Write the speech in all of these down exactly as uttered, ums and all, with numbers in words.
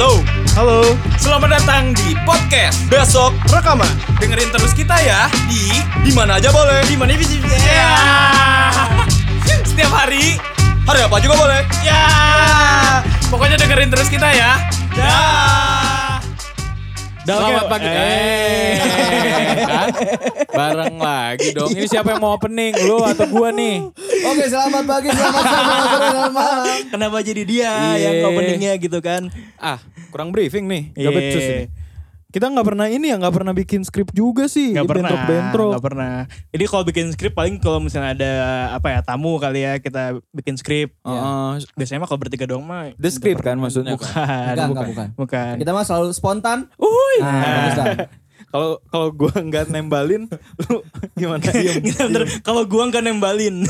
Halo. Halo. Selamat datang di podcast Besok rekaman. Dengerin terus kita ya di Di mana aja boleh. di mana bisa. Ya. Setiap hari. Hari apa juga boleh. Ya. Pokoknya dengerin terus kita ya. Ya. Selamat pagi. Eh, kan? Bareng lagi dong. Ini siapa yang mau opening? Lu atau gua nih? Oke, selamat pagi, selamat siang, selamat sore, selamat malam. Kenapa jadi dia Iya. yang openingnya gitu kan? Ah, kurang briefing nih. Iya. Gak becus ini. Kita nggak pernah ini ya, nggak pernah bikin skrip juga sih. Gak pernah, Bentrok-bentrok. gak pernah. Jadi kalau bikin skrip paling kalau misalnya ada apa ya tamu kali ya kita bikin skrip. Heeh. Biasanya mah kalau bertiga doang mah. The script kan maksudnya. Bukan, Enggak, bukan, enggak, bukan. bukan. Kita mah selalu spontan. Uhuy. Nah, bagus dah. Kalau kalau gua nggak nembalin, lu gimana? Diem. Bentar, kalau gua nggak nembalin.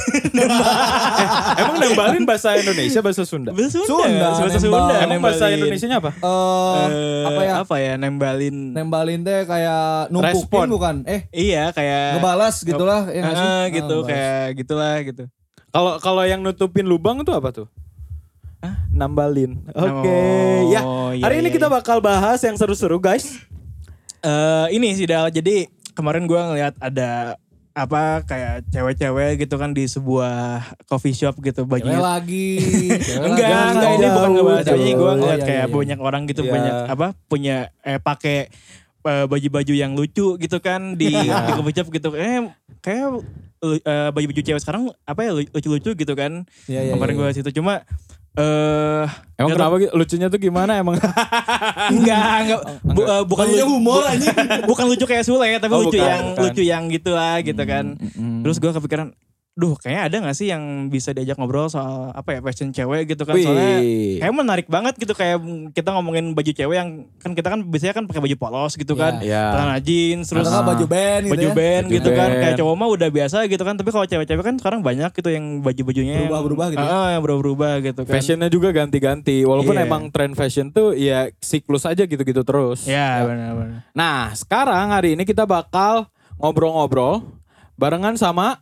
Emang nembalin bahasa Indonesia, bahasa Sunda? Bahasa Sunda. Sunda, bahasa nembal. Sunda. Emang bahasa nembalin. Indonesianya apa? Eh, Eh, apa ya? Apa ya nembalin? Nembalin teh kayak numpukin Respon. bukan? Eh, Iya kayak. ngebalas gitulah ya nggak sih? Eh, Ah, gitu ngebalas. kayak gitulah gitu. Kalau kalau yang nutupin lubang itu apa tuh? Hah? Nambalin. Oke. Oh, Ya. iya, Hari ini iya, kita iya. bakal bahas yang seru-seru, guys. Eh ini sih Dal, jadi kemarin gue ngeliat ada apa kayak cewek-cewek gitu kan di sebuah coffee shop gitu Cewek bajunya. lagi. Cewek Enggak, lagi. enggak ini jauh, bukan ngebahas jauh. ceweknya, gue Oh, ngeliat iya, kayak iya, iya. banyak orang gitu Iya. banyak apa punya eh pakai eh, baju-baju yang lucu gitu kan di, Iya. di coffee shop gitu. Eh kayak eh, baju-baju cewek sekarang apa ya lucu-lucu gitu kan. Iya, iya, Kemarin iya. gue situ cuma eh Emang nggak kenapa gitu? Lucunya tuh gimana emang? Enggak, enggak. Bu- eh, bukan Bajunya lucu, humor bu- anjing. bukan lucu kayak Sule, tapi Oh, lucu bukan, yang bukan. lucu yang gitu lah gitu kan. Mm-mm. Terus gue kepikiran, duh kayaknya ada gak sih yang bisa diajak ngobrol soal apa ya fashion cewek gitu kan. Wih. Soalnya kayak menarik banget gitu kayak kita ngomongin baju cewek yang kan kita kan biasanya kan pakai baju polos gitu kan. Iya. Celana jeans terus Atau nggak baju band gitu baju ya. band Baju gitu kan. band. Kayak cowok mah udah biasa gitu kan. Tapi kalau cewek-cewek kan sekarang banyak gitu yang baju-bajunya yang- Berubah-berubah gitu ya. Ah, yang berubah-berubah gitu kan. Fashionnya juga ganti-ganti. Walaupun Iya. emang tren fashion tuh ya siklus aja gitu-gitu terus. Ya benar-benar. Nah sekarang hari ini kita bakal ngobrol-ngobrol barengan sama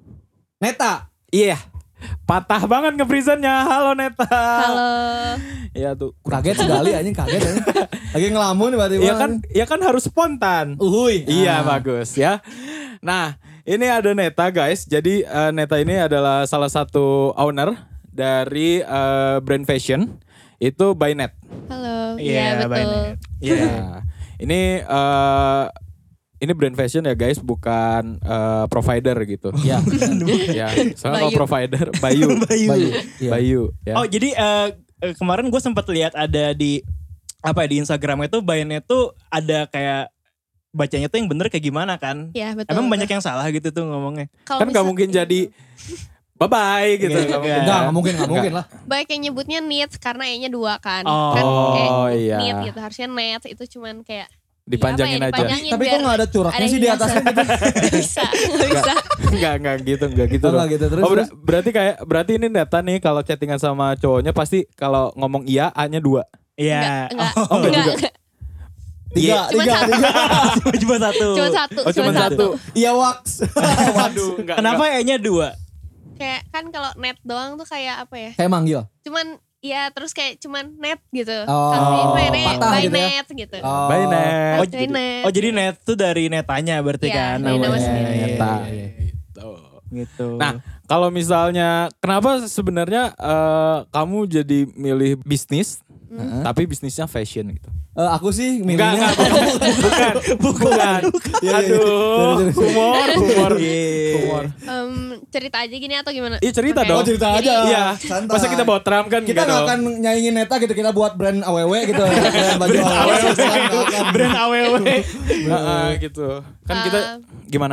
Neta. iya patah banget nge-presentnya. Halo Neta. Halo. Iya tuh. Kaget sekali anjing, kaget anjing. Lagi ngelamun tiba-tiba. Iya kan, ya kan harus spontan. Uhuy. Iya Ah. bagus ya. Nah ini ada Neta guys. Jadi eh, Neta ini adalah salah satu owner dari eh, brand fashion itu by Net. Halo. Iya, Iya betul. banyak. Iya. Nah, ini eh, ini brand fashion ya guys, bukan eh, provider gitu. Iya. Ya, soalnya kalau Bayu. provider Bayu. Bayu. Bayu. Iya. Bayu ya. Oh jadi eh, eh, kemarin gue sempat lihat ada di apa ya di Instagram itu bayarnya tuh ada kayak bacanya tuh yang bener kayak gimana kan? Iya betul. Emang banyak yang salah gitu tuh ngomongnya. Kalau Kan nggak misal- mungkin jadi bye bye gitu. Nggak, Nggak mungkin. Enggak, nggak mungkin, nggak mungkin lah. Banyak yang nyebutnya needs karena E-nya dua kan. Oh. Kan Oh, eh, iya. need gitu. Harusnya net itu cuman kayak Dipanjangin apa ya, aja. dipanjangin Tapi kok biar nggak ada coraknya ada sih di atasnya gitu? bisa, nggak bisa. Enggak, enggak gitu, enggak gitu. Oh, dong. nggak gitu. Terus, oh, ber- terus? berarti kayak berarti ini Neta nih kalau chattingan sama cowoknya pasti kalau ngomong iya A-nya dua. Iya. Enggak, Oh, enggak enggak, juga. enggak. Tiga, Cuma tiga, satu. tiga. Cuma satu. Cuma satu, Oh, cuma satu. Iya, wax. Waduh, enggak. Kenapa E-nya dua? Kayak kan kalau net doang tuh kayak apa ya? Kayak manggil. Cuman ya terus kayak cuman net gitu. Oh, Kalau by net, patah by gitu ya? net gitu. Oh. Bye Net. Oh, By jadi, net. oh jadi net tuh dari netanya berarti Iya, kan dari nama namanya. sendiri. Iya, Neta. iya, iya. Gitu. Gitu. Nah, kalau misalnya kenapa sebenarnya eh, kamu jadi milih bisnis Heeh. tapi bisnisnya fashion gitu? Eh, aku sih Enggak, milihnya. enggak, bukan. Bukan. Iya, iya. Aduh, Terus, terus. humor, humor. Iya. Humor. Em, cerita aja gini atau gimana? Iya, cerita Oke. dong. Oh, cerita aja. Jadi, Iya, Santai. masa kita bawa tram kan Kita enggak nggak dong? akan nyaingin Neta gitu, kita buat brand A W W gitu. Brand baju A W W. Nggak akan. Brand A W W. Heeh, gitu. Kan kita Ah. gimana?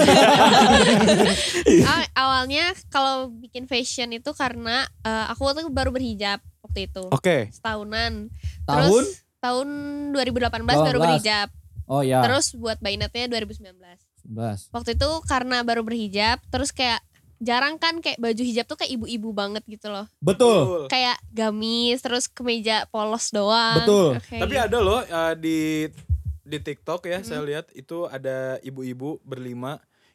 Ah, awalnya kalau bikin fashion itu karena eh, aku tuh baru berhijab waktu itu. Oke. Setahunan. Tahun? Terus tahun dua ribu delapan belas baru delapan belas. berhijab. Oh ya. Terus buat bainetnya dua ribu sembilan belas. sebelas. Waktu itu karena baru berhijab, terus kayak jarang kan kayak baju hijab tuh kayak ibu-ibu banget gitu loh. Betul. Kayak gamis, terus kemeja polos doang. Betul. Kayak Tapi gitu. ada loh eh, di di TikTok ya, saya lihat itu ada ibu-ibu berlima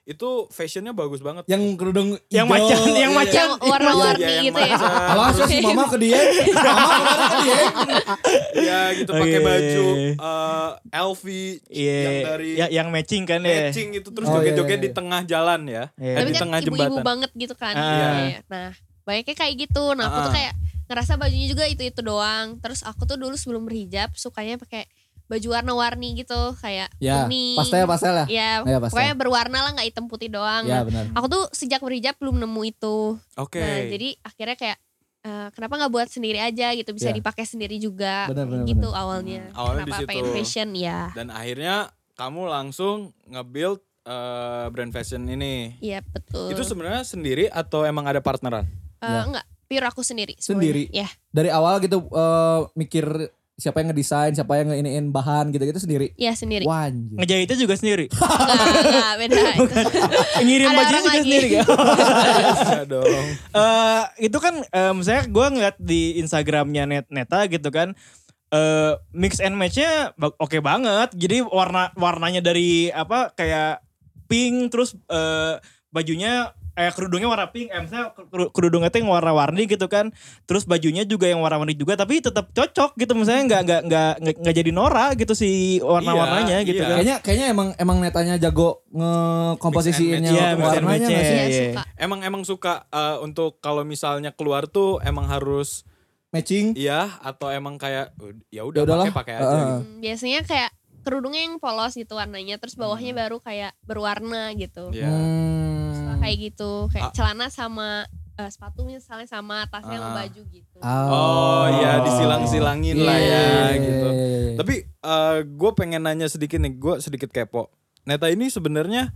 itu fashionnya bagus banget. Yang kerudung Yang hijau. macan, yang Iya, macan. Yang warna-warni Iya, yang gitu ya. macan. Alah sih mama ke dia. Mama kemarin ke dia. Ya gitu pakai Oke. baju uh, L V Iya, yang dari ya, yang matching kan ya. matching itu terus Oh, iya, joget-joget iya, di iya. tengah jalan ya. Iya. Eh, Tapi di kan tengah ibu-ibu jembatan. banget gitu kan. Ah. Iya. Nah, banyaknya kayak gitu. Nah, aku tuh Ah. kayak ngerasa bajunya juga itu-itu doang. Terus aku tuh dulu sebelum berhijab sukanya pakai baju warna-warni gitu, kayak Ya, kuning. pastel-pastel lah. Ya, Ya, pastel. pokoknya berwarna lah, nggak hitam putih doang. Ya Nah, benar. aku tuh sejak berhijab belum nemu itu. Oke. Nah, jadi akhirnya kayak eh, kenapa nggak buat sendiri aja gitu, bisa Ya. dipakai sendiri juga. Benar, benar, gitu benar. awalnya. Hmm, awalnya di kenapa situ. pengen fashion ya. Dan akhirnya kamu langsung nge-build uh, brand fashion ini. Iya, betul. Itu sebenarnya sendiri atau emang ada partneran? Eh, Ya. Enggak, pure aku sendiri. semuanya. Sendiri? Ya. Dari awal gitu eh, mikir siapa yang ngedesain, siapa yang ngeiniin bahan gitu-gitu sendiri. Iya, sendiri. Wah, anjir. Ngejahitnya juga sendiri. Enggak, enggak, beda itu. Ngirim Ada bajunya orang juga lagi. sendiri kan. Iya dong. Eh itu kan eh, misalnya gue ngeliat di Instagramnya Net Neta gitu kan, eh mix and matchnya ba- oke banget. Jadi warna warnanya dari apa kayak pink, terus eh bajunya eh kerudungnya warna pink, eh misalnya keru- kerudungnya tuh yang warna-warni gitu kan. Terus bajunya juga yang warna-warni juga, tapi tetap cocok gitu. Misalnya nggak nggak nggak nggak nggak jadi norak gitu si warna-warnanya Iya, gitu iya. kan. Kayaknya kayaknya emang emang netanya jago ngekomposisiinnya Iya, mix and warnanya match-nya. nggak sih? Iya, Iya. suka. Emang emang suka uh, untuk kalau misalnya keluar tuh emang harus Matching. iya atau emang kayak uh, ya udah Ya udahlah. pakai pakai aja Uh-uh. gitu. Hmm, biasanya kayak kerudungnya yang polos gitu warnanya, terus bawahnya Hmm. baru kayak berwarna gitu. Iya. Suka Hmm. kayak gitu, kayak Ah. celana sama eh, sepatu misalnya sama tasnya sama Ah. baju gitu. Oh iya disilang-silangin lah Iya, ya iya, gitu. iya, iya, iya. Tapi gue pengen nanya sedikit nih, gue sedikit kepo. Neta ini sebenarnya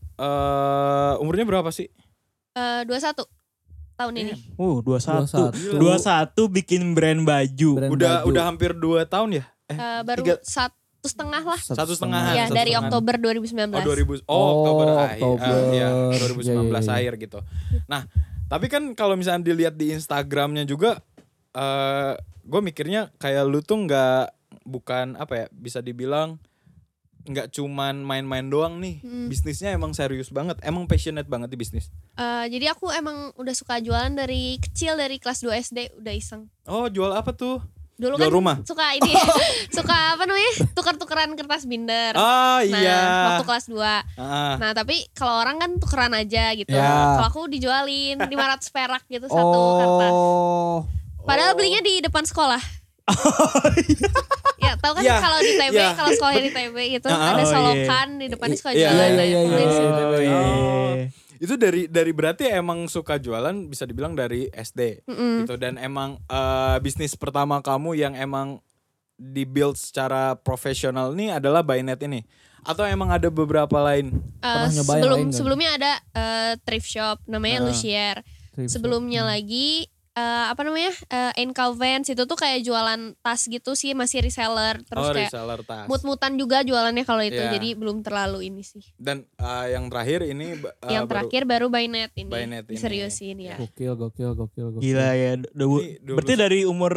uh, umurnya berapa sih? Eh, dua puluh satu tahun ini. Uh, dua puluh satu. dua puluh satu. Gila. dua puluh satu bikin brand baju. Brand Udah baju. udah hampir dua tahun ya? Eh, Eh, baru tiga- satu setengah lah. Satu setengahan. Ya, satu dari setengah. Oktober dua ribu sembilan Oh belas. dua ribu oh, Oh, Oktober akhir Oktober. eh, ya dua ribu sembilan belas Iya, iya, iya. akhir gitu. Nah, tapi kan kalau misalnya dilihat di Instagramnya juga eh gue mikirnya kayak lu tuh nggak bukan apa ya bisa dibilang nggak cuman main-main doang nih. Hmm. Bisnisnya emang serius banget. Emang passionate banget di bisnis. Eh, jadi aku emang udah suka jualan dari kecil, dari kelas dua S D udah iseng. Oh, jual apa tuh? Dulu Jual kan rumah? suka ini suka apa namanya? Tukar-tukaran kertas binder. Ah, Nah, iya. waktu kelas dua. Ah. Nah, tapi kalau orang kan tukeran aja gitu. Ya. Kalau aku dijualin lima ratus perak gitu satu kertas. Oh. Padahal belinya di depan sekolah. Ya, tahu kan Iya, kalau di T B, iya. kalau sekolahnya di T B gitu Ah, ada oh, iya. solokan di depan sekolah Iya, jualan. iya, nah, iya, aku iya, dari iya. situ. Oh, iya. Itu dari dari berarti emang suka jualan bisa dibilang dari S D Mm-mm. gitu dan emang eh, bisnis pertama kamu yang emang dibuild secara profesional nih adalah Bynet ini atau emang ada beberapa lain? Eh, Pernah nyoba yang sebelum lain nggak? sebelumnya ada eh, thrift shop namanya Ah. Lucier. Sebelumnya lagi eh, apa namanya? Eh, Encal Vans itu tuh kayak jualan tas gitu sih, masih reseller. Terus Oh, kayak reseller tas. mut-mutan juga jualannya kalau itu. Iya. Jadi belum terlalu ini sih. Dan eh, yang terakhir ini eh, Yang baru- terakhir baru Bynet ini. Bynet ini. Diseriusin ya. Gokil, gokil, gokil, gokil. Gila ya. Du- Ini dua berarti puluh dari umur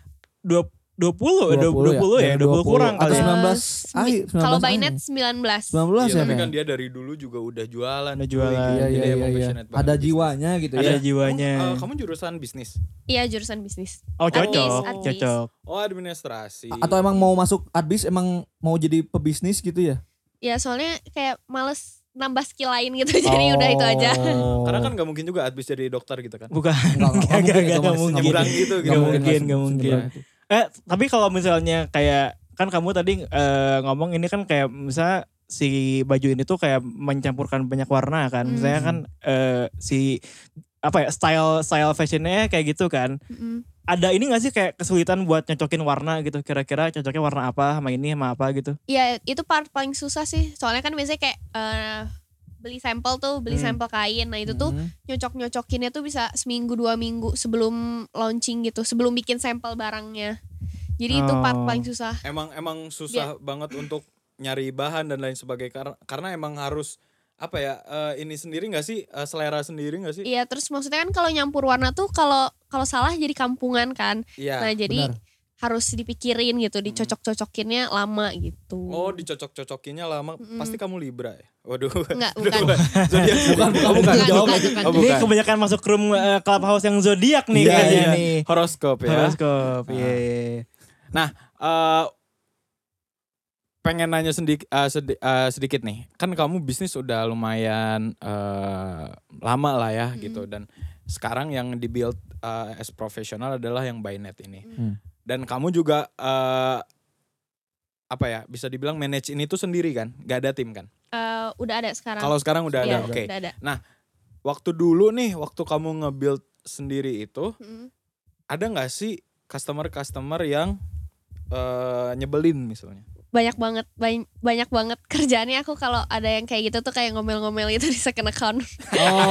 dua dua puluh, dua puluh ya, Dari dua puluh kurang atau kali. ya. sembilan belas Eh, sembi- akhir, sembilan Kalau belas Bynet akhir. sembilan belas. sembilan belas Iya, ya, tapi Fen? kan dia dari dulu juga udah jualan. Udah jualan. Iya, Jadi iya, emang iya, iya. passionate banget Ada bisnis. jiwanya gitu Ada ya. jiwanya. Kamu, eh, kamu jurusan bisnis? Iya, jurusan bisnis. Oh cocok, Admis, admis. cocok. Oh, administrasi. Atau emang mau masuk adbis emang mau jadi pebisnis gitu ya? Ya soalnya kayak males nambah skill lain gitu. Jadi udah itu aja. Oh. Karena kan gak mungkin juga habis jadi dokter gitu kan. Bukan. Enggak, enggak, Gak, enggak gak, mungkin itu, gak Mas. mungkin. Nyebrang gitu, Gak gak mungkin, Mas. gak mungkin. Sebenarnya itu. Eh, tapi kalau misalnya kayak kan kamu tadi eh, ngomong ini kan kayak misalnya si baju ini tuh kayak mencampurkan banyak warna kan. Hmm. Misalnya kan eh, si apa ya style style fashionnya kayak gitu kan. Mm-mm. Ada ini gak sih kayak kesulitan buat nyocokin warna gitu? Kira-kira cocoknya warna apa sama ini sama apa gitu? Ya itu part paling susah sih. Soalnya kan biasanya kayak eh, beli sampel tuh, beli Hmm. sampel kain. Nah itu tuh Hmm. nyocok-nyocokinnya tuh bisa seminggu dua minggu sebelum launching gitu. Sebelum bikin sampel barangnya. Jadi itu part Oh. paling susah. Emang emang susah banget untuk nyari bahan dan lain sebagainya karena karena emang harus apa ya eh, ini sendiri nggak sih eh, selera sendiri nggak sih? Iya terus maksudnya kan kalau nyampur warna tuh kalau kalau salah jadi kampungan kan. Iya. Nah jadi benar. harus dipikirin gitu, dicocok-cocokinnya lama gitu. Oh, dicocok-cocokinnya lama. Mm-mm. Pasti kamu Libra ya? Waduh. Enggak, bukan. Zodiak bukan, bukan, bukan. Bukan, Jawab bukan, lagi. bukan. Oh, Ini bukan. kebanyakan masuk room uh, clubhouse yang zodiak nih Iya, kayaknya iya. nih. Horoskop ya. Horoskop, Ah. iya. iya. Nah, eh, pengen nanya sedikit, sedikit nih. Kan kamu bisnis udah lumayan eh, lama lah ya gitu. Dan sekarang yang di-build eh, as profesional adalah yang Bynet ini. Hmm. Dan kamu juga eh, apa ya, bisa dibilang manage ini tuh sendiri kan? Gak ada tim kan? Eh, udah ada sekarang. Kalau sekarang udah Iya, ada, oke. udah ada. Waktu dulu nih, waktu kamu nge-build sendiri itu, Mm. ada gak sih customer-customer yang eh, nyebelin misalnya? Banyak banget, banyak, banyak banget kerjaannya aku kalau ada yang kayak gitu tuh kayak ngomel-ngomel itu di second account. Oh.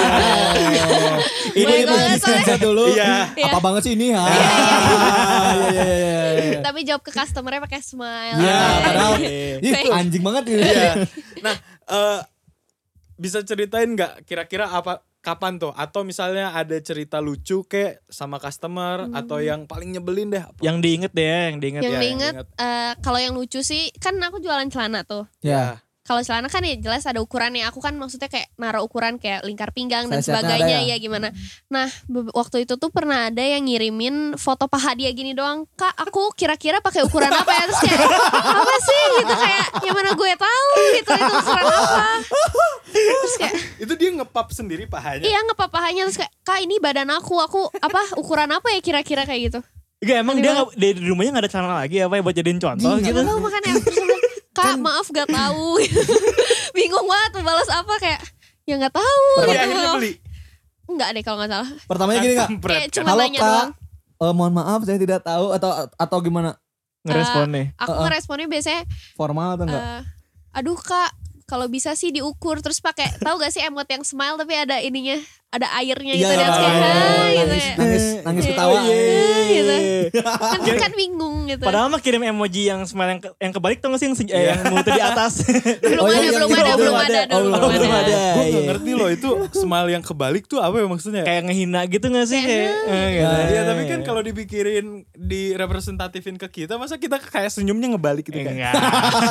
Banyak Ini banget kita soalnya. dulu. Iya. Apa banget sih ini? Ha? Iya iya iya iya. Tapi jawab ke customernya pakai smile. Iya, padahal Iya. ih, Kayak- anjing banget ini. Iya. Nah, eh, bisa ceritain nggak kira-kira apa kapan tuh? Atau misalnya ada cerita lucu kayak sama customer atau yang paling nyebelin deh? Apa? Yang diinget deh ya, yang diinget. Yang Iya, diinget, ingat. eh, kalau yang lucu sih kan aku jualan celana tuh. Ya. Kalau celana kan ya jelas ada ukurannya. Aku kan maksudnya kayak naruh ukuran kayak lingkar pinggang dan Size-nya ada sebagainya ya? ya gimana. Nah be- waktu itu tuh pernah ada yang ngirimin foto paha dia gini doang. Kak aku kira-kira pakai ukuran apa ya. Terus kayak apa sih gitu kayak yang mana gue tahu gitu itu ukuran apa. Terus kayak Itu dia ngepap sendiri pahanya? iya ngepap pahanya. Terus kayak kak ini badan aku. Aku apa ukuran apa ya kira-kira kayak gitu. Enggak, emang Aneh dia banget. nggak- di rumahnya gak ada celana lagi apa ya buat jadiin contoh Gak gitu. tahu makanya aku terus bilang, kak maaf gak tahu. Bingung banget mau balas apa kayak ya gak tahu. Tapi gitu. akhirnya beli? Enggak deh kalau gak salah. Pertamanya gini enggak? Kampret Kayak kan? cuma Halo nanya Kak, doang. eh, mohon maaf saya tidak tahu atau atau gimana? Ngerespon nih. Aku Uh-uh. ngeresponnya biasanya Formal atau enggak? eh, aduh kak kalau bisa sih diukur terus pakai tahu gak sih emot yang smile tapi ada ininya ada airnya gitu Iya, dan kayak iya, "Hai," iya, gitu nangis, ya. nangis, nangis Iya. ketawa. Eh, gitu. Kan, kan bingung gitu. Padahal mah kirim emoji yang smile yang, ke, yang kebalik tuh gak sih yang, se- eh, yang mulutnya di atas. belum Oh, ada, iya, belum iya, ada, iya, belum iya. ada, Oh, dulu belum belum ada. ada. Gue Iya. gak ngerti loh itu smile yang kebalik tuh apa ya maksudnya? Kayak ngehina gitu gak sih? Kayak, Kayak, eh, gitu. Iya tapi kan kalau dipikirin direpresentatifin ke kita masa kita kayak senyumnya ngebalik gitu kan? Enggak.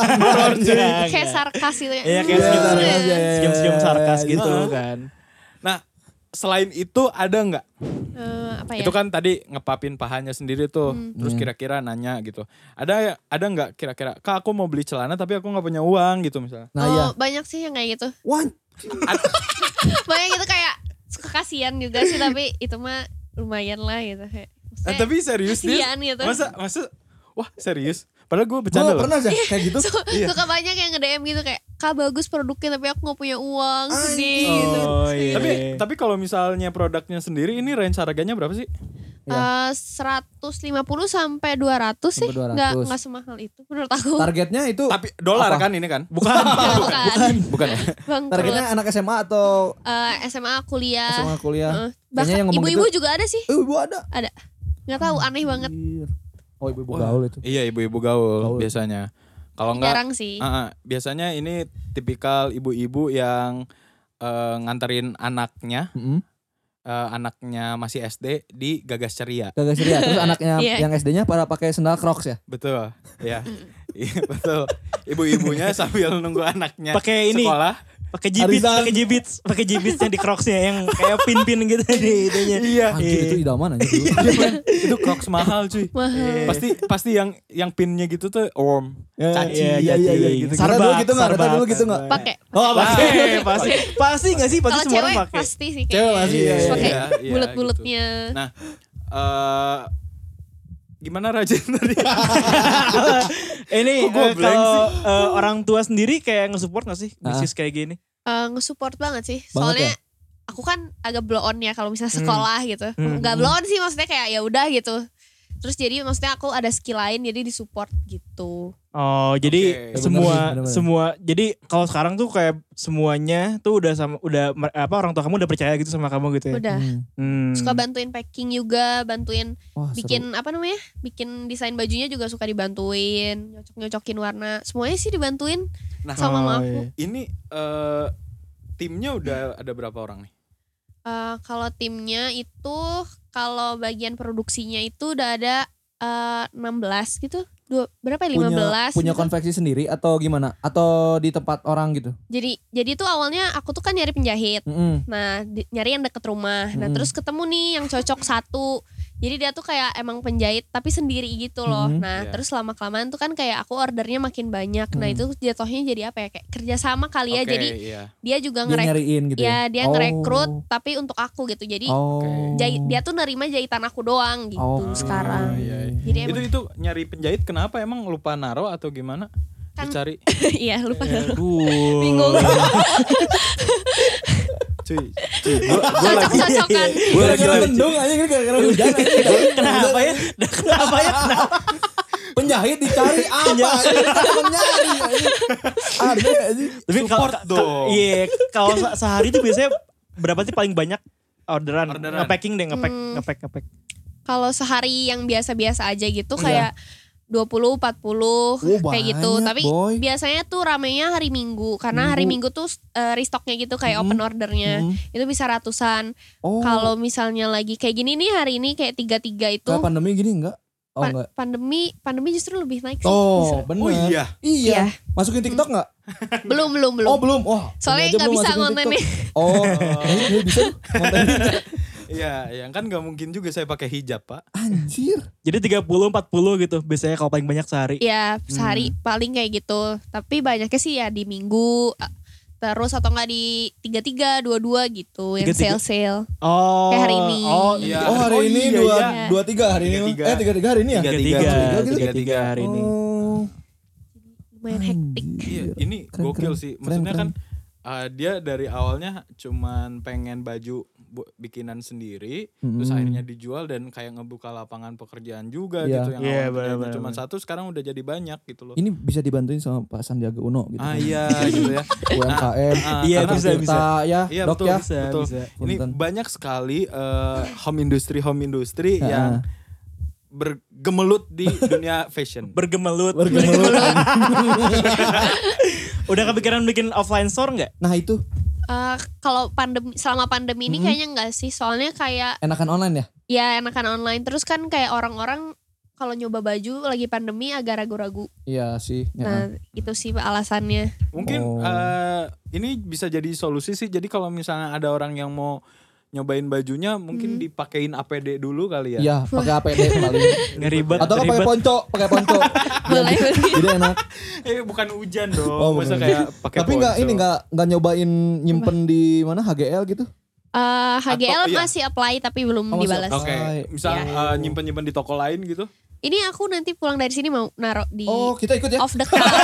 Kayak sarkas gitu ya. Iya kayak Hmm, sekitar iya. senyum-senyum sarkas gitu Heeh. kan. Nah selain itu ada nggak? Eh, apa ya? Itu kan tadi ngepapin pahanya sendiri tuh, Hmm. terus kira-kira nanya gitu. Ada ada nggak kira-kira? Kak aku mau beli celana tapi aku nggak punya uang gitu misalnya. Nah oh, iya. banyak sih yang kayak gitu. Wah, Banyak gitu kayak suka kasihan juga sih tapi itu mah lumayan lah gitu kayak. Eh, maksudnya tapi serius dia? kasihan gitu. Masa masa wah serius? Padahal gue gue bercanda loh. pernah aja kayak gitu. Su- Iya. Suka banyak yang nge-D M gitu kayak kak bagus produknya tapi aku gak punya uang sedih gitu. Oh iya. Tapi tapi kalau misalnya produknya sendiri ini range harganya berapa sih? Eh, seratus lima puluh sampai dua ratus sih. Sampai dua ratus. Nggak nggak semahal itu menurut aku. Targetnya itu Tapi dolar Apa? kan ini kan? Bukan. Bukan. Bukan ya? Bangkrut. targetnya anak S M A atau Eh, S M A kuliah. S M A kuliah. Heeh. Kayaknya Bahkan yang ngomong ibu-ibu gitu- juga ada sih. Eh, ibu ada. Nggak tahu aneh banget. Anjir. Oh ibu-ibu Wah. gaul itu. Iya ibu-ibu gaul, Gaul. biasanya. Kalau enggak Jarang sih. Ah, ah, biasanya ini tipikal ibu-ibu yang eh, nganterin anaknya, Mm-mm. eh, anaknya masih S D di Gagas Ceria. Gagal ceria. Terus anaknya Iya. yang S D-nya pada pakai sendal Crocs ya. Betul, ya. Iya, betul. Ibu-ibunya sambil nunggu anaknya Pakai ini. sekolah. Pakai jibit, Arisan. pakai jibit, pakai jibitnya di Crocsnya yang kayak pin-pin gitu di itunya. Iya. Anjir itu idaman aja dulu. Iya, men. Itu Crocs mahal cuy. Mahal. Pasti pasti yang yang pinnya gitu tuh worm, Ya, caci, iya, gitu, iya, gitu. Rata dulu Sarbat, gitu nggak? Rata sarbat. dulu gitu nggak? Pakai. Oh pakai, pasti, pasti nggak sih? Pasti Kalau semua orang cewek pakai. pasti sih Cewek kayaknya. pasti, iya, Terus iya, pakai iya, iya, bulat-bulatnya. Nah, eh gimana Rajin tadi? Ini Kok gua eh, blank kalau sih? eh, orang tua sendiri kayak nge-support gak sih Ah. bisnis kayak gini? Eh, nge-support banget sih. Banget Soalnya ya? aku kan agak blow on ya kalau misalnya sekolah gitu. Hmm. Nggak blow on sih maksudnya kayak ya udah gitu. Terus jadi maksudnya aku ada skill lain jadi disupport gitu. Oh, jadi Oke. semua Bener sih, bener-bener. semua jadi kalau sekarang tuh kayak semuanya tuh udah sama udah mer- apa orang tua kamu udah percaya gitu sama kamu gitu ya. Udah. Hmm. Hmm. Suka bantuin packing juga, bantuin Wah, seru. bikin apa namanya? Bikin desain bajunya juga suka dibantuin, nyocok-nyocokin warna. Semuanya sih dibantuin Nah, sama Oh, mama aku. iya. ini eh timnya udah ada berapa orang nih? Eh, kalau timnya itu kalau bagian produksinya itu udah ada eh, enam belas gitu. Dua, berapa ya? lima belas Punya, punya gitu. konveksi sendiri atau gimana? Atau di tempat orang gitu? Jadi jadi tuh awalnya aku tuh kan nyari penjahit. Mm-mm. Nah, di- nyari yang deket rumah. Nah, Mm-mm. terus ketemu nih yang cocok satu. Jadi dia tuh kayak emang penjahit tapi sendiri gitu loh. Mm-mm. Nah, Iya. terus lama-kelamaan tuh kan kayak aku ordernya makin banyak. Nah, Mm. itu jatuhnya jadi apa ya? Kayak kerjasama kali ya. Oke, Jadi iya. dia juga Dia ngerek nyariin gitu ya? ya dia Oh. ngerekrut tapi untuk aku gitu. Jadi Oh. jahit, dia tuh nerima jahitan aku doang gitu Oh. sekarang. iya, iya. Jadi Itu emang itu nyari penjahit kenapa emang lupa naro atau gimana? Kan- Dicari. iya lupa. Aduh. Bingung. Cuy, cuy. Gua, gua lagi Cocok-cocokan. gua lagi Gara-gara lagi mendung aja ini gara-gara hujan aja. Kenapa ya? Kenapa ya? Kenapa? Penjahit dicari apa? Ini kan emang nyari. Ada aja. Tapi kalau Support dong. iya, kalau se- sehari itu biasanya berapa sih paling banyak orderan? Orderan. Nge-packing deh, nge-pack, Hmm. nge-pack, nge-pack. Kalau sehari yang biasa-biasa aja gitu Iya. kayak dua puluh, empat puluh Oh, kayak gitu. banyak, Tapi boy. biasanya tuh ramenya hari Minggu karena hari Minggu tuh eh, restocknya gitu kayak Hmm. open ordernya. Hmm. Itu bisa ratusan. Oh. Kalau misalnya lagi kayak gini nih hari ini kayak tiga-tiga itu Kayak pandemi gini enggak? Oh pa- enggak. pandemi pandemi justru lebih naik sih. Oh, bener. Oh iya. Iya. Iya. Masukin TikTok enggak? belum belum belum. Oh, belum. Wah. Soalnya ini aja nggak belum bisa masukin ngonten TikTok. nih. Oh, ini ini bisa ngontenin. Iya, yang kan nggak mungkin juga saya pakai hijab, Pak. Anjir. Jadi tiga puluh, empat puluh gitu biasanya kalau paling banyak sehari. Ya sehari paling kayak gitu. Tapi banyaknya sih ya di Minggu a- terus atau enggak di tiga tiga, dua dua gitu yang tiga tiga. sale-sale. Oh. Kayak hari ini. Oh, Iya. Oh, hari Oh, ini iya, dua iya. dua tiga hari ini. Tiga-tiga. Eh, tiga tiga hari ini ya? Tiga tiga tiga, tiga, tiga tiga tiga tiga hari ini. Oh. Lumayan hektik. Iya, ini Keren, gokil keren. sih. Keren, Maksudnya keren. kan uh, dia dari awalnya cuman pengen baju bu- bikinan sendiri, Mm-mm. terus akhirnya dijual dan kayak ngebuka lapangan pekerjaan juga Iya. gitu yang Iya, awalnya benar, kerjanya benar, cuma benar. satu sekarang udah jadi banyak gitu loh. Ini bisa dibantuin sama Pak Sandiaga Uno gitu. Ah iya gitu ya. U M K M. Ah, Iya, karena- bisa, bisa. ya, Iya Dok betul, ya. Bisa, betul. bisa. Ini Punten. banyak sekali eh, home industry home industry Heeh. yang bergemelut di dunia fashion. Bergemelut. Bergemelut. Udah kepikiran bikin offline store nggak? Nah, itu Eh, kalau pandemi selama pandemi ini Hmm. kayaknya enggak sih. Soalnya kayak enakan online ya? ya enakan online terus kan kayak orang-orang kalau nyoba baju lagi pandemi agak ragu-ragu. Iya sih. ya. Nah, itu sih alasannya. Mungkin Oh. eh, ini bisa jadi solusi sih. Jadi kalau misalnya ada orang yang mau nyobain bajunya, mungkin dipakein A P D dulu kali ya. Iya, pakai A P D paling. Ngeribet. Atau kan pakai ngeribet. ponco, pakai ponco. Boleh. Jadi enak. Eh bukan hujan dong. Oh, Masa bukan. kayak pakai Tapi enggak ponco. ini enggak enggak nyobain nyimpen di mana H G L gitu? Eh, H G L Atau- iya. masih apply tapi belum Oh, masih dibalas. Oke, Ay. misal Iya. eh, nyimpen-nyimpen di toko lain gitu. Ini aku nanti pulang dari sini mau naruh di Oh, kita ikut ya. off the cuff,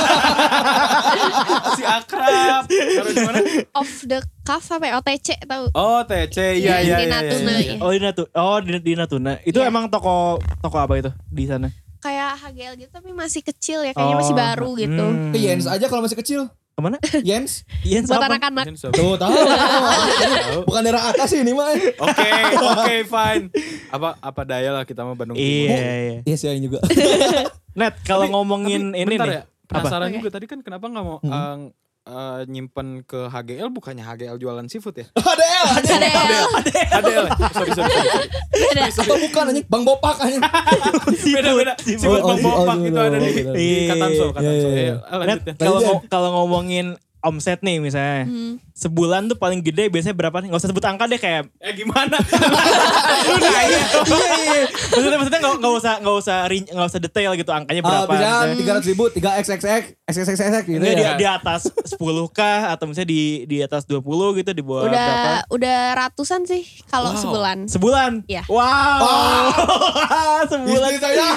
Si akrab. Taruh di mana? off the cuff apa ya? O T C tahu? Oh, T C. Iya, iya, Di iya. Natuna, iya. iya. Oh di Natuna. Oh di, di Natuna. Itu Iya. emang toko toko apa itu di sana? Kayak H G L gitu tapi masih kecil ya, kayaknya Oh, masih baru gitu. hmm. Ke Yens aja kalau masih kecil. Kemana? Yens. Iya Buat sama. anak-anak. Mungkin so- Tuh, tahu. Bukan daerah atas sih ini mah. Oke, oke, fine. Apa apa daya lah kita mah Bandung Iya, Timur. iya. Iya sih yang juga. Net kalau Tapi- ngomongin tapi ini bentar nih. ya, penasaran Apa? juga tadi kan kenapa nggak mau Hmm. eh, eh, nyimpen ke H G L, bukannya H G L jualan seafood ya? Ada L. H D L. H D L. ya? Sorry, sorry, sorry. Beda. Atau bukan anjing Bang Bopak anjing. Beda-beda. Seafood Oh, oh, Bang Bopak oh, itu oh, ada di oh, di iya. Katanso, Katanso. Iya, iya, Eh, iya. lanjut Net ya. kalau Lanjut. ngo- kalau ngomongin omset nih misalnya. Hmm. Sebulan tuh paling gede biasanya berapa nih? Gak usah sebut angka deh kayak. Eh gimana? Lu nanya. Iya iya. Maksudnya maksudnya gak, gak usah gak usah rin- gak usah detail gitu angkanya Ah, berapa. bisa Misalnya. tiga ratus ribu, tiga x x x, x x x x gitu Enggak, di, ya. di atas sepuluh kah atau misalnya di di atas dua puluh gitu di bawah berapa? Udah udah ratusan sih kalau Wow. sebulan. Sebulan? Iya. Wow. Sebulan. Istri saya.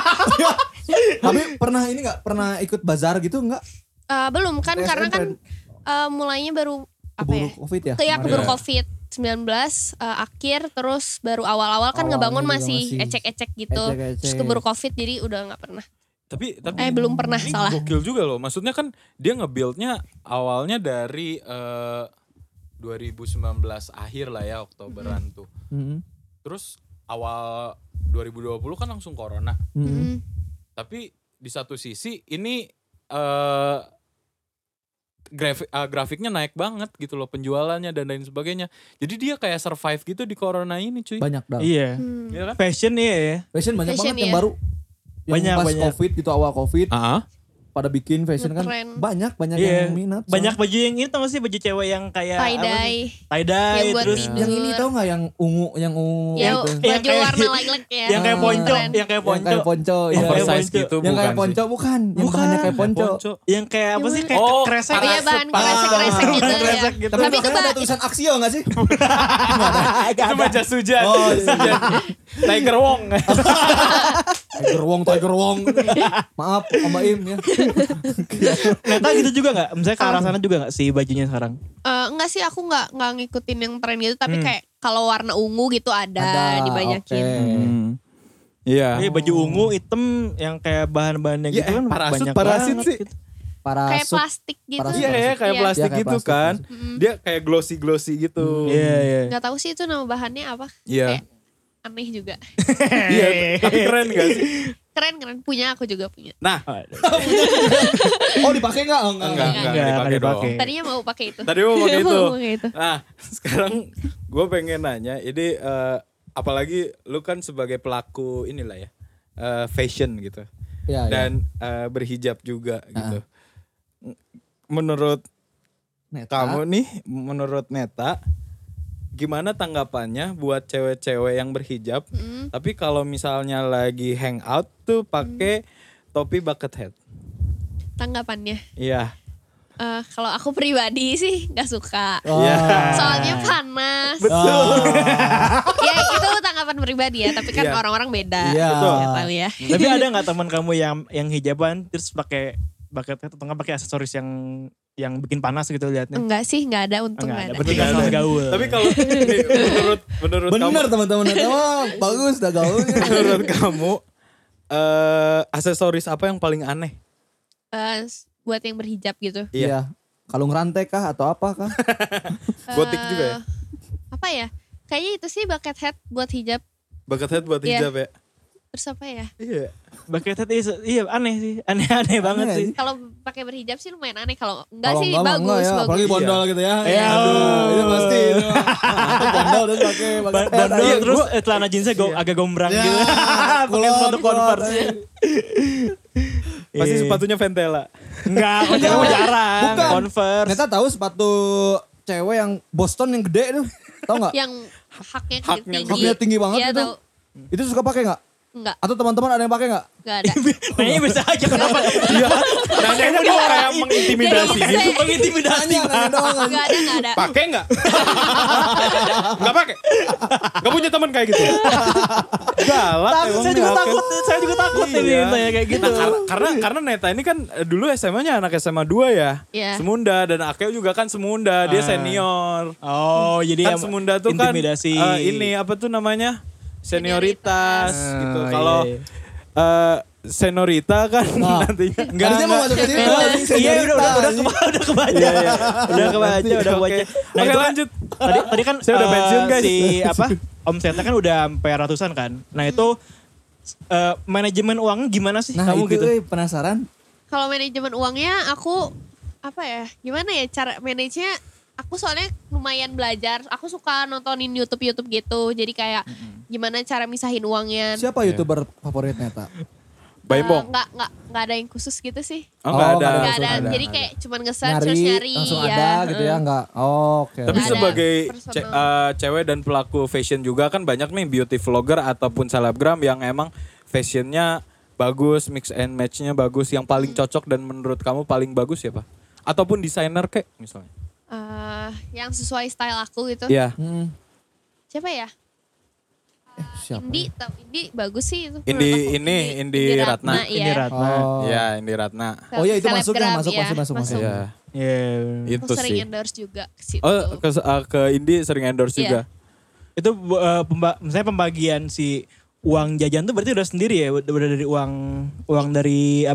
Tapi pernah ini enggak pernah ikut bazar gitu enggak? Eh, belum kan T S M karena kan friend. eh, mulainya baru apa Keburu ya? Covid ya? Ke ya keburu Iya. covid sembilan belas eh, akhir terus baru awal-awal kan Awalnya ngebangun juga masih masih ecek-ecek gitu. ecek-ecek. Terus keburu covid jadi udah nggak pernah. Tapi tapi Eh belum pernah ini salah. gokil juga loh. Maksudnya kan dia nge-buildnya awalnya dari eh, dua ribu sembilan belas akhir lah ya, Oktoberan tuh. Mm-hmm. Terus awal dua ribu dua puluh kan langsung corona. Mm-hmm. Mm. Tapi di satu sisi ini eh grafik eh, grafiknya naik banget gitu loh, penjualannya dan lain sebagainya. Jadi dia kayak survive gitu di corona ini, cuy. Banyak dah. Iya. Hmm. Iya kan? Fashion iya ya. Fashion banyak Fashion, banget yang iya. baru. yang Banyak, pas banyak. covid gitu awal covid Ah, pada bikin fashion kan Ngetren. banyak banyak Iya. yang minat. Banyak baju yang ini tau gak sih baju cewek yang kayak Tie apa dye. sih? Tie dye Yang buat terus tidur. Yang ini tau gak yang ungu yang ungu Ya, gitu. Yang baju kayak- warna lilac ya. yang kayak Ah. ponco, Keren. yang kayak Yang ponco. kayak ponco Iya, ya. oversize ponco. gitu Yang kayak bukan ponco sih? bukan, yang Bukan. bahannya kayak ponco. Ponco. Yang kayak apa sih? Kayak Oh, kresek. Iya bahan kresek-kresek gitu ya. Kresek gitu. Tapi Tapi belakangnya keba- ada tulisan Aksio gak sih? Itu baca sujan. Oh, Sujan. Tiger Wong. Tiger Wong, Tiger Wong. Maaf, Mbak Im ya. Neta gitu juga gak? Misalnya ke arah sana juga gak sih bajunya sekarang? Eh, enggak sih aku enggak enggak ngikutin yang tren gitu tapi Hmm. kayak kalau warna ungu gitu ada, Ada, dibanyakin. oke. Hmm. Iya. Iya baju ungu, hitam yang kayak bahan-bahannya Iya, gitu kan eh, parasut, banyak parasit banget sih. gitu. Para Kayak sub- plastik gitu. Parasut. Iya ya kayak Iya. plastik Iya, kayak gitu plastik, kan. Mm-mm. Dia kayak glossy-glossy gitu. Iya, iya. Nggak tahu sih itu nama bahannya apa. Iya. Kayak aneh juga. Iya, tapi keren gak sih? Keren keren punya aku juga punya. Nah, Oh dipakai gak? Oh, enggak, Enggak, enggak, enggak dipakai dong. dipakai. Tadinya mau pakai itu. Tadi mau pakai itu. Mau pakai itu. Nah, sekarang gue pengen nanya, ini eh, apalagi lu kan sebagai pelaku inilah ya, eh, fashion gitu, Iya, iya. dan eh, berhijab juga gitu. Menurut Neta. kamu nih, menurut Neta, gimana tanggapannya buat cewek-cewek yang berhijab, Mm. tapi kalau misalnya lagi hangout tuh pakai topi bucket hat? Tanggapannya. Iya. Eh, kalau aku pribadi sih nggak suka. Oh. Iya. Soalnya panas. Betul. Ya itu tanggapan pribadi ya, tapi kan Iya. orang-orang beda. Iya. Betul. Nggak tahu ya. Tapi ada nggak teman kamu yang yang hijaban terus pakai bucket hat atau nggak pakai aksesoris yang yang bikin panas gitu liatnya? Enggak sih, nggak ada, untung Enggak ada. nggak ada. Berarti Nggak nggak ada. gaul. Tapi kalau ini, menurut menurut kamu, Bener teman-teman Neta mah bagus dah gaulnya. menurut kamu eh aksesoris apa yang paling aneh? Eh, buat yang berhijab gitu. Iya. Kalung rantai kah atau apa kah? Gotik Eh, juga ya? Apa ya? Kayaknya itu sih bucket hat buat hijab. Bucket hat buat Iya. hijab ya? Terus apa ya? Iya. Bucket hat iya, iya aneh sih, aneh-aneh banget Aneh sih. Kalau pakai berhijab sih lumayan aneh. Kalau enggak Kalau sih enggak mah bagus, enggak ya, bagus. apalagi bondol gitu ya. Iya. Aduh, itu pasti. itu. Atau bondol terus pakai pakai Ba- Bandel Iya, terus gua- eh, celana jeansnya go, agak gombrang Ya, gitu. Pakai kulot, sepatu kulot, Converse. eh. Pasti Iya. sepatunya Ventela. Enggak, kalau cewek mah jarang. Bukan. Converse. Neta tahu sepatu cewek yang Boston yang gede tuh? Tahu enggak? Yang haknya, Haknya tinggi. Haknya tinggi banget Iya, itu. tahu. Itu suka pakai enggak? Enggak, Atau teman-teman ada yang pakai enggak? enggak ada. Nanya bisa aja kenapa? Iya. Nanyanya kok kayak mengintimidasi Jadi, gitu. saya- Mengintimidasi. Nanya, nanya doang aja. Enggak ada, enggak ada. Pakai nggak? Nggak pakai. Nggak punya teman kayak gitu. Galak. Takut, emang saya juga nih, takut, saya juga takut Iya. ini tanya kayak gitu. Nah, karena, karena karena Neta ini kan eh, dulu S M A-nya anak S M A dua ya. Iya. Semunda dan Akeo juga kan semunda, dia Ah. senior. Oh, jadi Kan yang semunda tuh kan intimidasi. eh, ini apa tuh namanya? Senioritas Ah, gitu. iya, Kalau iya. eh, senorita kan Nah. nantinya. Enggak, dia mau masuk ke situ. anjing, Iya udah udah udah senioritas. kebaca udah kebaca. Iya, iya. Udah kebaca udah Oke. kebaca. Oke, itu kan- lanjut. Tadi tadi kan Saya udah eh, pensiun, guys. si apa? Omsetnya kan udah sampai ratusan kan. Nah, itu eh, manajemen uang gimana sih Nah kamu itu gitu? euy, penasaran. Kalau manajemen uangnya aku apa ya? Gimana ya cara manage-nya? Aku soalnya lumayan belajar. Aku suka nontonin YouTube-YouTube gitu. Jadi kayak gimana cara misahin uangnya. Siapa YouTuber favorit Neta? Baimbong. Eh, nggak nggak nggak ada yang khusus gitu sih. Oh, nggak Oh, ada. nggak Nggak ada. Nggak Jadi nggak kayak cuman nge-search Nyari, terus nyari. langsung ya. ada gitu ya enggak? Oh, oke. Tapi Nggak ada sebagai personal. ce- eh, cewek dan pelaku fashion juga kan banyak nih beauty vlogger ataupun selebgram yang emang fashionnya bagus, mix and matchnya bagus. Yang paling cocok dan menurut kamu paling bagus siapa? Ataupun desainer kek misalnya? Eh, yang sesuai style aku gitu. Iya. Hmm. Siapa ya? Eh, siapa? Indi, tau Indi bagus sih itu. Indi- menurut aku. ini, Indi Ratna. Iya. Ini Ratna. Oh. Iya, Indi Ratna. Oh iya itu masuk ya, Selebgram, masuk, iya, masuk, masuk, masuk. Iya. Iya. Itu Aku sering sih. endorse juga ke situ. Oh, ke, eh, ke Indi sering endorse Iya. juga. Itu eh, pemba misalnya pembagian si uang jajan tuh berarti udah sendiri ya? Udah udah dari uang uang dari apa?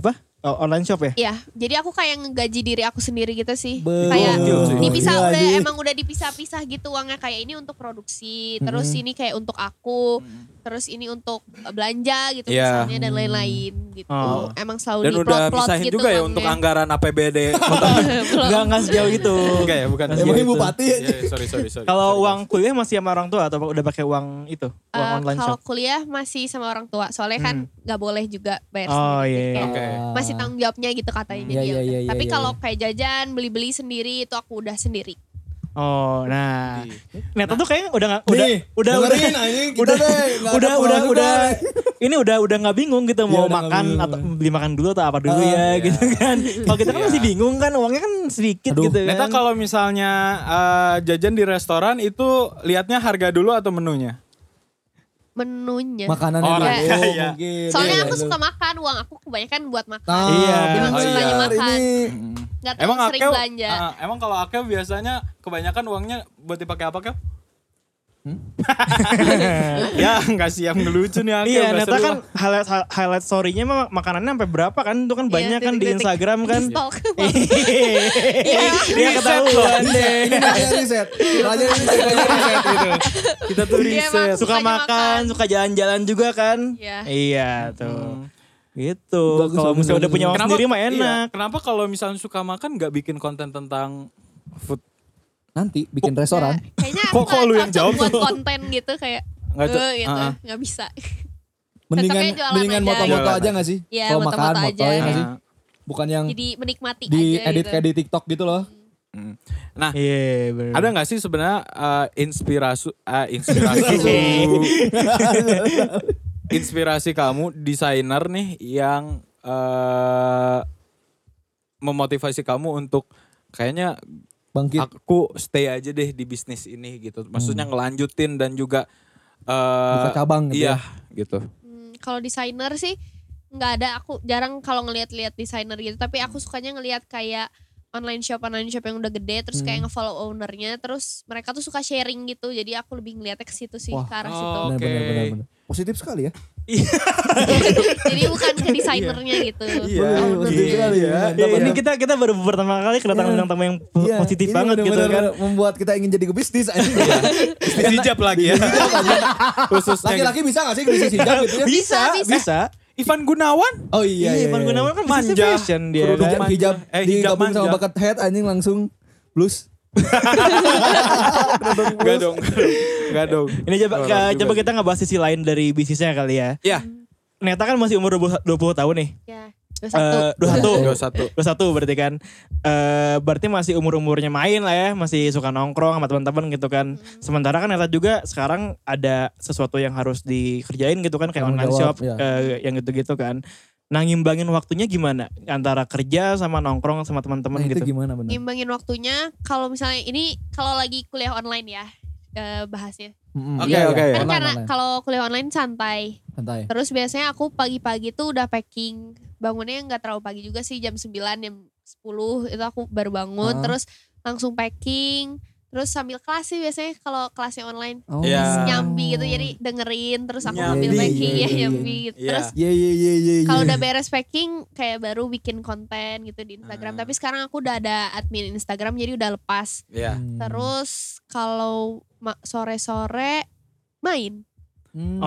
Oh, online shop ya? Iya, jadi aku kayak ngegaji diri aku sendiri gitu sih. Be- Kayak Gokil sih. dipisah Gila, udah anjing. emang udah dipisah-pisah gitu uangnya, kayak ini untuk produksi, terus ini kayak untuk aku, terus ini untuk belanja gitu Iya. misalnya dan lain-lain gitu. Oh. Emang selalu Dan udah diplot-plot pisahin gitu juga ya uangnya. untuk anggaran A P B D. Belum. Enggak, enggak sejauh itu. Enggak ya, bukan. Emang gitu. bupati. Iya, sorry sorry sorry. Kalau Sorry, uang kuliah masih sama orang tua atau udah pakai uang itu? Uang Eh, online kalau shop? kuliah masih sama orang tua, soalnya kan nggak boleh juga bayar Oh, sendiri. iya, Jadi kayak Oke. masih tanggung jawabnya gitu katanya. Iya, Jadi iya, ya udah. iya, iya, Tapi iya, kalau iya. kayak jajan, beli-beli sendiri itu aku udah sendiri. Oh, nah. Neta tuh kayaknya udah nggak udah Nih, udah udah dengerin anjing, kita udah deh, nggak ada udah udah pemasukan. udah ini udah udah nggak bingung gitu Iya, mau udah nggak makan bingung. atau beli makan dulu atau apa dulu Ah, ya iya. gitu kan. Kalau kita kan Iya. masih bingung kan uangnya kan sedikit Aduh. gitu kan. Neta kalau misalnya eh, jajan di restoran itu lihatnya harga dulu atau menunya? Menunya. Makanannya Orang, dulu iya, iya. mungkin. Soalnya Iya, aku iya. suka makan, uang aku kebanyakan buat makan. Nah, Iya. bener Oh, iya. makan. Ini Gak terlalu sering Akew, belanja. ah, emang kalau Akew biasanya kebanyakan uangnya buat dipakai apa, Kew? Ya nggak siap ngelucu nih Akew. Iya, nggak Neta seru kan lah. highlight highlight story-nya mah makanannya sampai berapa kan? Itu kan banyak kan di detik-detik. Instagram kan. Di stalk. Iya, dia ketahuan deh. ini raja riset. Raja riset, raja riset gitu. Kita tuh Iya, riset. emang Suka sukanya makan, makan. suka jalan-jalan juga kan? Iya. Iya tuh. Gitu. Bagus, Kalau bagus, misalnya udah bagus. punya uang sendiri mah iya, enak. kenapa kalau misalnya suka makan nggak bikin konten tentang food? Nanti bikin restoran. Ya, kayaknya Kok- aku kok nggak lu yang cocok jawab buat tuh? konten gitu kayak Nggak co- eh, gitu, Ah. nggak bisa. Mendingan Cocoknya jualan mendingan aja. moto-moto Jualan aja gak sih? Iya, Kalau makan moto-moto moto aja. ya nggak sih? Ah. Bukan yang Jadi menikmati di aja edit gitu. kayak di TikTok gitu loh. Nah, Iya, bener. ada nggak sih sebenarnya eh, inspirasi eh, inspirasi inspirasi kamu desainer nih yang eh, memotivasi kamu untuk kayaknya Bangkit. aku stay aja deh di bisnis ini gitu. Maksudnya ngelanjutin dan juga eh, Buka cabang gitu iya gitu. Hmm, kalau desainer sih nggak ada, aku jarang kalau ngelihat-lihat desainer gitu, tapi aku sukanya ngelihat kayak online shop online shop yang udah gede terus kayak nge-follow ownernya, terus mereka tuh suka sharing gitu, jadi aku lebih ngeliatnya ke situ sih. Wah. Ke arah Oh. situ. Benar, Oke. benar, benar, benar. Positif sekali ya. Jadi bukan ke desainernya gitu. Iya. Benar, positif sekali ya. Ya, ini kita kita baru pertama kali kedatangan bintang tamu yang po- Iya, positif ini banget gitu benar-benar kan. membuat kita ingin jadi ke bisnis aja. Bisnis hijab lagi ya. Khususnya Laki-laki bisa gak sih ke bisnis hijab gitu ya? Bisa, bisa. bisa. Ivan Gunawan. Oh iya, Iya, iya. Ivan iya. Gunawan kan bisnis Manja. fashion dia Kerudung kan. Hijab, manja. hijab Eh, hijab digabung sama manja. bucket head anjing langsung blues. Gak dong, gak dong. Ini coba Orang ka- juga coba sih. kita ngebahas sisi lain dari bisnisnya kali ya. Iya. Neta kan masih umur dua puluh tahun nih. Ya, dua puluh satu. Eh, dua puluh satu. dua puluh satu. dua puluh satu berarti kan. Eh berarti masih umur-umurnya main lah ya, masih suka nongkrong sama teman-teman gitu kan. Sementara kan Neta juga sekarang ada sesuatu yang harus dikerjain gitu kan, kayak Tanggung online jawab, shop ya. eh, yang gitu-gitu kan. Nah, ngimbangin waktunya gimana antara kerja sama nongkrong sama teman-teman Nah, itu gitu. gimana benar? Ngimbangin waktunya kalau misalnya ini kalau lagi kuliah online ya eh, bahasnya. Mm-mm. Oke, Iya, oke. iya. Kan Online, karena online. kalau kuliah online santai. Santai. Terus biasanya aku pagi-pagi tuh udah packing. Bangunnya nggak terlalu pagi juga sih, jam sembilan, jam sepuluh itu aku baru bangun. Ah. Terus langsung packing. Terus sambil kelas sih biasanya kalau kelasnya online. Oh. Iya. Nyambi gitu, jadi dengerin. Terus aku Nyambi, sambil packing iya, ya iya, nyambi gitu. iya. Terus Iya iya iya iya. kalau iya. udah beres packing kayak baru bikin konten gitu di Instagram. Ah. Tapi sekarang aku udah ada admin Instagram jadi udah lepas. Iya. Hmm. Terus kalau ma- sore-sore main. Hmm.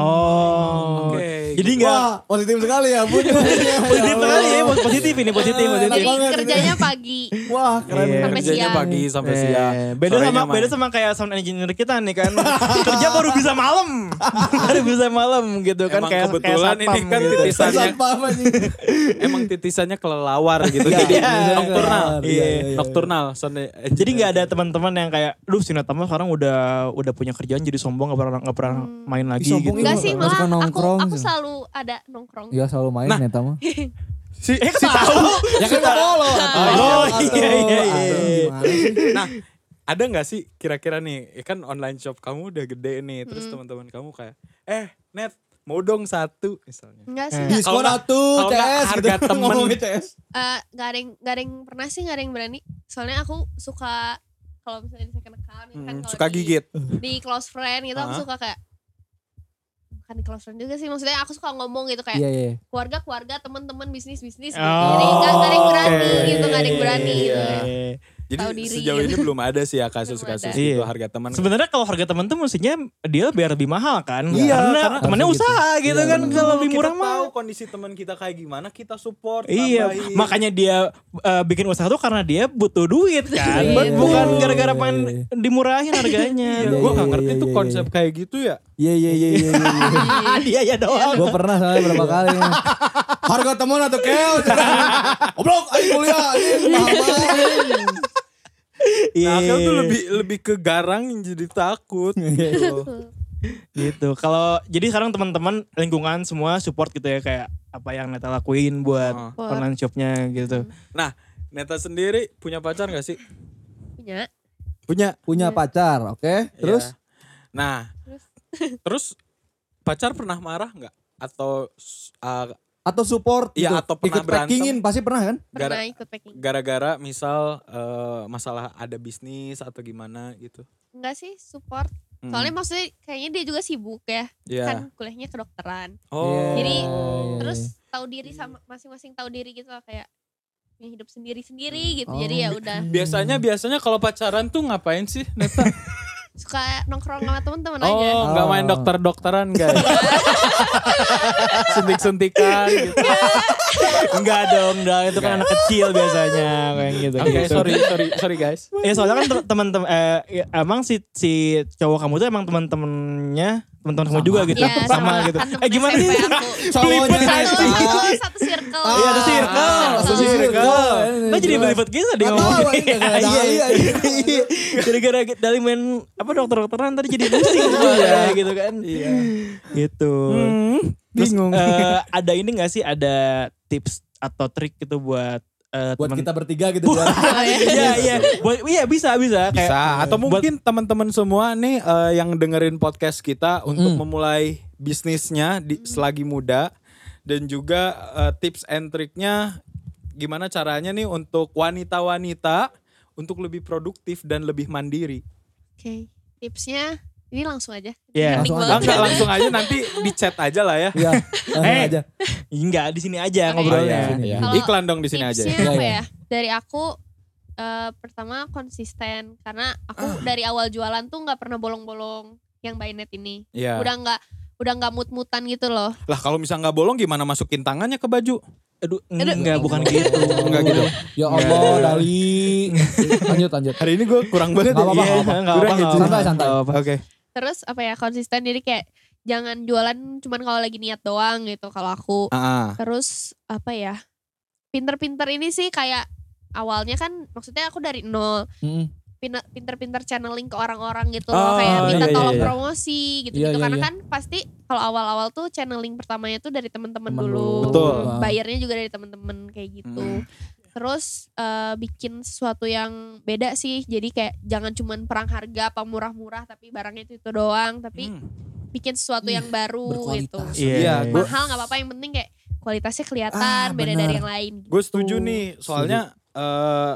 Oh. Oke. Jadi enggak Wah, positif sekali ya, Bun. positif sekali ya, positif ini positif Ah, positif. Jadi banget. kerjanya pagi. Wah, keren. Iya. Sampai Kerjanya siang. pagi sampai Eh, siang. Beda Sorenya sama main. beda sama kayak sound engineer kita nih kan. Kerja baru bisa malam. baru bisa malam gitu kan, Emang kayak kebetulan kayak ini satpam kan gitu. titisannya Satpam anjing. emang titisannya kelelawar gitu. Iya, Jadi iya, nocturnal. iya, iya, iya. Nocturnal. sound engineer. Jadi nggak ada teman-teman yang kayak, duh si Natama sekarang udah udah punya kerjaan jadi sombong nggak pernah nggak pernah main lagi sombong gitu. Iya, Enggak sih, nggak malah suka aku nongkrong aku sih. selalu ada nongkrong. Iya selalu main Nah. Neta mah. Si, Eh ketahu. Ya kan gak follow. Oh, iya, iya, iya. Nah, ada nggak sih kira-kira nih, ya kan online shop kamu udah gede nih, terus Hmm. teman-teman kamu kayak, eh Net, mau dong satu misalnya. Enggak sih, Eh. enggak. Diskon Kalau nggak- atuh kalau C nggak S harga gitu. temen. Ngomongin C S. Eh, nggak ada yang nggak ada yang pernah sih, nggak ada yang berani. Soalnya aku suka kalau misalnya di second account ya kan, Hmm, kalau suka di- gigit. di close friend gitu aku Ah. suka kayak bukan close friend juga sih. Maksudnya aku suka ngomong gitu kayak Iya iya. keluarga-keluarga, teman-teman, bisnis-bisnis gitu. Oh, Jadi gak, gak ada yang berani oke. gitu, gak ada yang berani gitu. Iya. Jadi Tahu diri sejauh gitu. ini belum ada sih ya kasus-kasus Belum gitu ada. harga teman. Sebenarnya kalau harga teman tuh mestinya dia biar lebih mahal kan. Iya, karena, karena temannya harusnya usaha gitu, Iya, kan. bener. Kalau lebih kita murah mah. tahu kondisi teman kita kayak gimana, kita support. Iya, tambahin. makanya dia uh, bikin usaha tuh karena dia butuh duit kan. Iya. Bukan gara-gara pengen dimurahin Iya, harganya. gue gak iya, ngerti iya, tuh iya, konsep kayak gitu ya. Iya iya iya iya. Dia ya doang. Gue pernah soalnya berapa kali. Harga teman atau keo? Goblok, ayo kuliah. Anjing, mahal banget. Nah, Iya. Akhil tuh lebih lebih ke garang jadi takut. gitu. Gitu. Kalau jadi sekarang teman-teman lingkungan semua support gitu ya, kayak apa yang Neta lakuin buat Oh. online shopnya gitu. Nah, Neta sendiri punya pacar gak sih? Punya. Punya. Punya pacar, oke? Terus? Iya. Nah, terus pacar pernah marah nggak? Atau uh, Atau support Iya, gitu. atau pernah Ikut packingin, pasti pernah kan? Pernah Gara- ikut packing. gara-gara misal uh, masalah ada bisnis atau gimana gitu? Enggak sih, support. Hmm. Soalnya maksudnya kayaknya dia juga sibuk ya. Iya. Kan kuliahnya kedokteran. Oh. Iya. Jadi, iya, Terus iya. tahu diri sama masing-masing tahu diri gitu lah, kayak punya hidup sendiri-sendiri gitu. Oh. Jadi ya udah biasanya biasanya kalau pacaran tuh ngapain sih, Neta? suka nongkrong sama teman-teman aja. Oh, nggak main Oh. dokter-dokteran guys. Suntik-suntikan gitu. Enggak dong, dah itu kan anak kecil biasanya kayak gitu. Oke, gitu. sorry, sorry, sorry guys. Ya soalnya kan te- teman-teman eh, ya, emang si si cowok kamu tuh emang teman-temannya teman-teman kamu juga gitu. Iya, sama, gitu. kan temen Eh gimana S M P sih? aku. Cowoknya Satu, Neta. satu, satu circle. Iya, ada circle. Ah, Ada circle. circle. Nah jadi belibet gitu dia Nggak ngomong. tahu, ini nggak ada Iya, ahli, iya. iya. Gara-gara dari main apa dokter-dokteran tadi jadi pusing ya gitu kan. Iya. Gitu. Terus bingung. eh, ada ini gak sih, ada tips atau trik gitu buat eh, Buat teman- kita bertiga gitu biar. Iya iya. Buat iya bisa bisa kayak Bisa. Atau buat- mungkin teman-teman semua nih eh, yang dengerin podcast kita untuk Mm. memulai bisnisnya di selagi muda, dan juga eh, tips and triknya gimana caranya nih untuk wanita-wanita untuk lebih produktif dan lebih mandiri. Oke, tipsnya ini langsung aja. Iya. Penting Langsung banget. Ah, enggak, langsung aja nanti di chat aja lah ya. Iya, langsung Eh. aja. enggak di sini aja Oke. ngobrolnya. Oh, iya. Kalau Iklan dong di sini aja. Tipsnya ya. apa Iya, ya? Dari aku eh, pertama konsisten, karena aku Ah. dari awal jualan tuh nggak pernah bolong-bolong yang by net ini. Iya. Udah nggak udah nggak mut-mutan gitu loh. Lah kalau misal nggak bolong gimana masukin tangannya ke baju? Aduh, Aduh. enggak bukan gitu. Enggak gitu. Ya Allah, Dali. Lanjut, lanjut. Hari ini gue kurang banget Nggak apa-apa, ya. nggak Iya, apa-apa. enggak apa-apa. Kurang enggak gitu. apa-apa. Santai, santai. Enggak apa-apa. Oke. Terus apa ya, konsisten, jadi kayak jangan jualan cuman kalau lagi niat doang gitu kalau aku. Ah, Terus apa ya, pinter-pinter ini sih kayak awalnya kan maksudnya aku dari nol. Mm. Pin- pinter-pinter channeling ke orang-orang gitu Oh, loh, kayak minta iya, iya, tolong iya. promosi gitu-gitu. Iya, iya, Karena iya. kan pasti kalau awal-awal tuh channeling pertamanya tuh dari teman-teman Temen dulu. dulu. Betul. Bayarnya juga dari teman-teman kayak gitu. Hmm. Terus eh, bikin sesuatu yang beda sih. Jadi kayak jangan cuman perang harga apa murah-murah tapi barangnya itu itu doang, tapi Hmm. bikin sesuatu yang baru gitu. Berkualitas. Iya. Iya, gua- Mahal nggak apa-apa, yang penting kayak kualitasnya kelihatan Ah, beda bener. dari yang lain. Gue setuju gitu. nih, soalnya eh,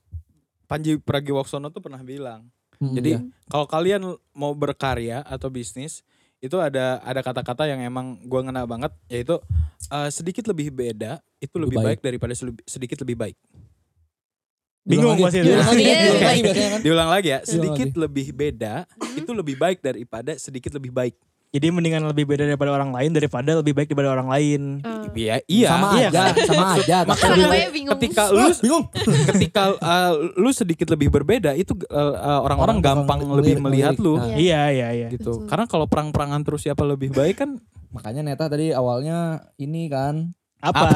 Panji Pragiwaksono tuh pernah bilang, Mm, jadi iya. kalau kalian mau berkarya atau bisnis itu ada ada kata-kata yang emang gue ngena banget, yaitu eh, sedikit lebih beda itu Lebih lebih, baik. baik. daripada selu- sedikit lebih baik. Bingung Diulang pasti. lagi. Diulang lagi, Iya, diulang iya. lagi biasanya kan. Diulang lagi ya, Diulang sedikit lebih beda itu lebih baik daripada sedikit lebih baik. Jadi mendingan lebih beda daripada orang lain daripada lebih baik daripada orang lain. Eh, Iya, iya. Sama Iya, aja, sama aja. Makanya Tapi- namanya bingung. ketika lu Ah, bingung. ketika uh, lu sedikit lebih berbeda itu uh, uh, orang-orang Orang gampang bakal lebih ngelirik- melihat lu ngelirik. Nah. Iya iya iya. gitu. Betul. Karena kalau perang-perangan terus siapa lebih baik kan Makanya Neta tadi awalnya ini kan. Apa?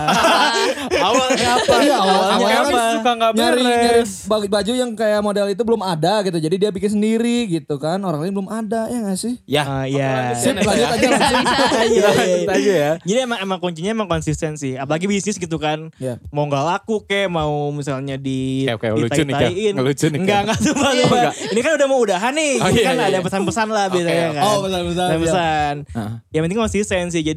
awalnya apa? Iya, awalnya Awalnya apa? kan suka nggak Nyari, nyari beres. baju baju yang kayak model itu belum ada gitu. Jadi dia bikin sendiri gitu kan. Orang lain belum ada, ya gak sih? Ya, Ah, iya. Sip, Sip, lanjut aja. bisa bisa. Iya, iya, iya. aja ya. Jadi emang emang kuncinya emang konsistensi. Apalagi bisnis gitu kan. Iya. Mau nggak laku kek, mau misalnya di Oke, oke, lucu nih, Kak. ditai-taiin. Ngelucu nih, Kak. Enggak, enggak sumpah, Iya. sumpah. Enggak. Ini kan udah mau udahan nih. Oh, Jadi iya, kan iya, ada iya. pesan-pesan lah biasanya oke. kan. Oh, betul-betul. Pesan-pesan. Heeh. Yang penting konsisten sih. Jadi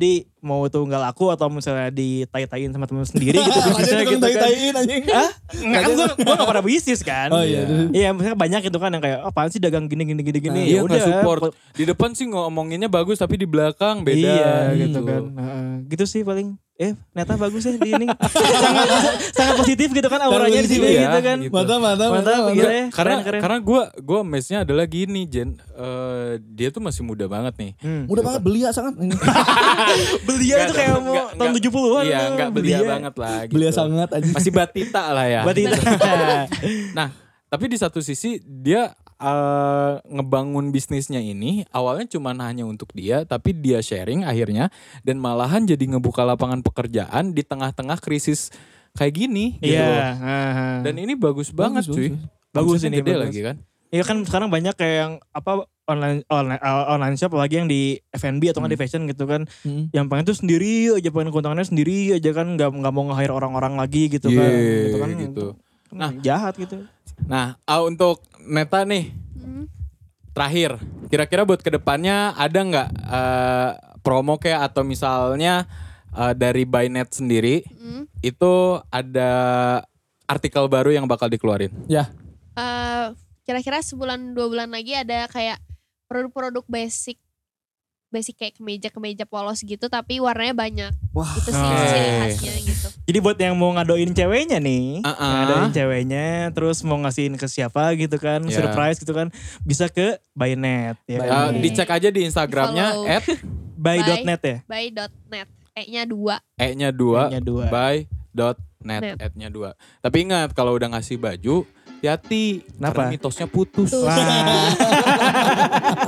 mau itu nggak laku atau misalnya ditai-taiin sama temen sendiri gitu bisnisnya Anjing gitu kan. tai-taiin anjing. Hah? Enggak kan gue gue gak pada bisnis kan. Oh iya. Iya misalnya banyak itu kan yang kayak apaan sih dagang gini gini gini gini. Iya Ya nggak udah. support. Di depan sih ngomonginnya bagus tapi di belakang beda. Iya gitu kan. Heeh. Gitu sih paling. Eh Neta bagus ya di ini. sangat sangat positif gitu kan auranya di sini Iya, gitu kan. gitu. Mantap, mantap, Mantap, mantap. gila ya. Karena Keren, keren. karena gue gue amazed-nya adalah gini Jen. Eh, dia tuh masih muda banget nih. Hmm. Mudah banget belia sangat. Belia itu kayak mau Nggak- tahun nggak- tujuh puluhan. Iya tuh. nggak belia banget lah gitu. Belia sangat anjing. Masih batita lah ya. Berarti itu. Nah, tapi di satu sisi dia eh, ngebangun bisnisnya ini awalnya cuma hanya untuk dia, tapi dia sharing akhirnya dan malahan jadi ngebuka lapangan pekerjaan di tengah-tengah krisis kayak gini. Gitu Iya. loh. Heeh. Dan ini bagus banget Bagus, cuy. Bagus Omsetnya ini, gede bagus. lagi kan. Iya kan sekarang banyak kayak yang apa online online uh, online shop apalagi yang di F and B atau nggak di fashion gitu kan. Hmm. Yang pengen tuh sendiri aja pengen keuntungannya sendiri aja kan nggak nggak mau nge-hire orang-orang lagi gitu kan. Iya, Gitu kan. gitu. Nah, jahat gitu. Nah, ah, untuk Neta nih Hmm. terakhir, kira-kira buat kedepannya ada nggak eh, promo kayak atau misalnya eh, dari Bynet sendiri Hmm. itu ada artikel baru yang bakal dikeluarin? Ya. Eh, kira-kira sebulan dua bulan lagi ada kayak produk-produk basic basic kayak kemeja-kemeja polos gitu tapi warnanya banyak. Wah. Itu sih Oke. ciri khasnya gitu. Jadi buat yang mau ngadoin ceweknya nih, Uh-uh. ngadoin ceweknya, terus mau ngasihin ke siapa gitu kan, Ya. surprise gitu kan, bisa ke Bynet ya. By- Eh, kan? Oke. dicek aja di Instagramnya Di-follow. at By dot net ya. by dot net. E-nya dua. e-nya dua, E-nya dua. by dot net, Net. at-nya dua. Tapi ingat kalau udah ngasih baju, hati-hati. Kenapa? Karena mitosnya putus. Tuh. Wah.